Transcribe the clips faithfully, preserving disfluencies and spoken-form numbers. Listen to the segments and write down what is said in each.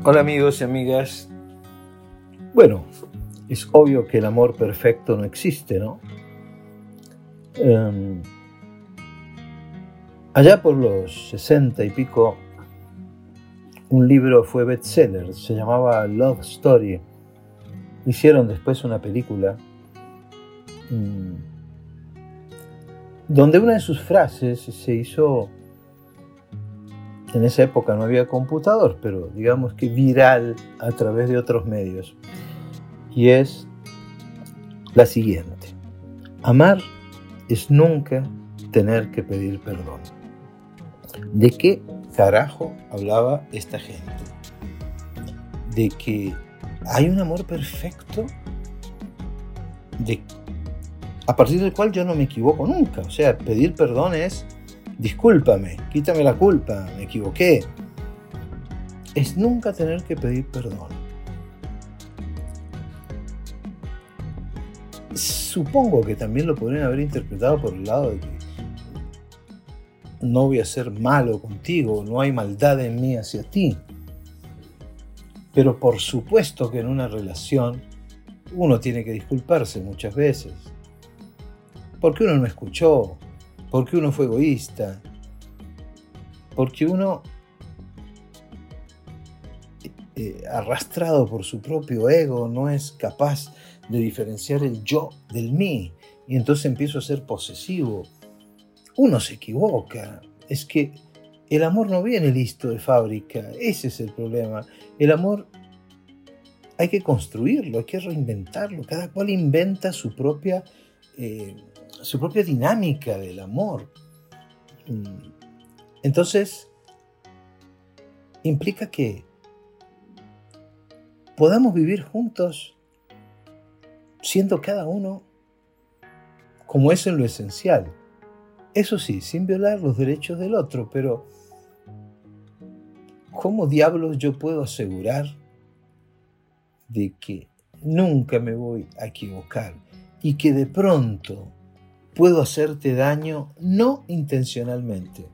Hola amigos y amigas. Bueno, es obvio que el amor perfecto no existe, ¿no? Um, allá por los sesenta y pico, un libro fue bestseller, se llamaba Love Story. Hicieron después una película um, donde una de sus frases se hizo. En esa época no había computador, pero digamos que viral a través de otros medios. Y es la siguiente: amar es nunca tener que pedir perdón. ¿De qué carajo hablaba esta gente? ¿De que hay un amor perfecto? De, a partir del cual yo no me equivoco nunca. O sea, pedir perdón es: discúlpame, quítame la culpa, me equivoqué. Es nunca tener que pedir perdón. Supongo que también lo podrían haber interpretado por el lado de que no voy a ser malo contigo, no hay maldad en mí hacia ti. Pero por supuesto que en una relación uno tiene que disculparse muchas veces. Porque uno no escuchó, porque uno fue egoísta, porque uno, eh, arrastrado por su propio ego, no es capaz de diferenciar el yo del mí, y entonces empiezo a ser posesivo. Uno se equivoca. Es que el amor no viene listo de fábrica, ese es el problema. El amor hay que construirlo, hay que reinventarlo. Cada cual inventa su propia eh, su propia dinámica del amor. Entonces, implica que podamos vivir juntos siendo cada uno como es en lo esencial. Eso sí, sin violar los derechos del otro, pero ¿cómo diablos yo puedo asegurar de que nunca me voy a equivocar y que de pronto puedo hacerte daño no intencionalmente?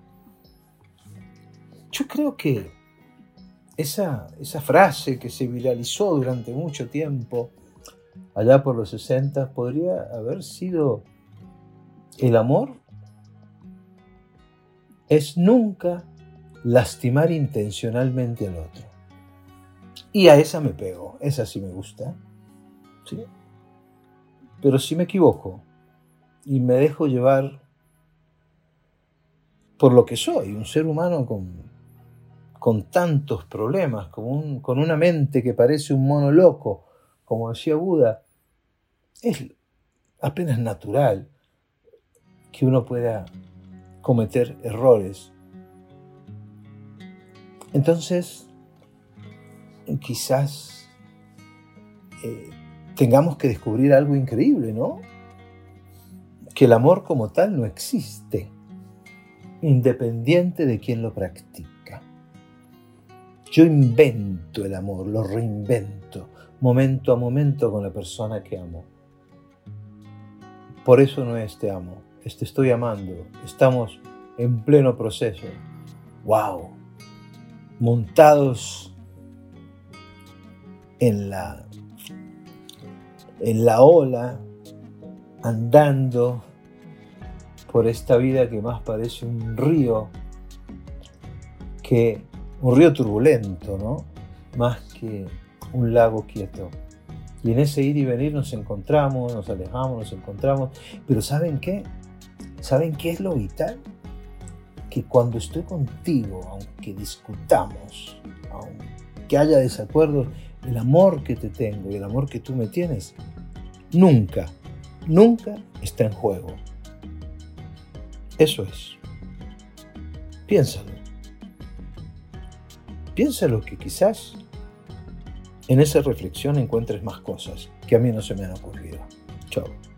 Yo creo que esa, esa frase que se viralizó durante mucho tiempo, allá por los sesenta, podría haber sido: el amor es nunca lastimar intencionalmente al otro. Y a esa me pego, esa sí me gusta, ¿sí? Pero si me equivoco y me dejo llevar por lo que soy, un ser humano con, con tantos problemas, con, un, con una mente que parece un mono loco, como decía Buda, es apenas natural que uno pueda cometer errores. Entonces, quizás eh, tengamos que descubrir algo increíble, ¿no? Que el amor como tal no existe, independiente de quién lo practica. Yo invento el amor, lo reinvento, momento a momento con la persona que amo. Por eso no es te amo, es te estoy amando, estamos en pleno proceso. ¡Wow! Montados en la, en la ola, andando por esta vida que más parece un río que un río turbulento, ¿no? Más que un lago quieto. Y en ese ir y venir nos encontramos, nos alejamos, nos encontramos. Pero ¿saben qué? ¿Saben qué es lo vital? Que cuando estoy contigo, aunque discutamos, aunque haya desacuerdos, el amor que te tengo y el amor que tú me tienes, nunca, nunca está en juego. Eso es. Piénsalo. Piénsalo, que quizás en esa reflexión encuentres más cosas que a mí no se me han ocurrido. Chao.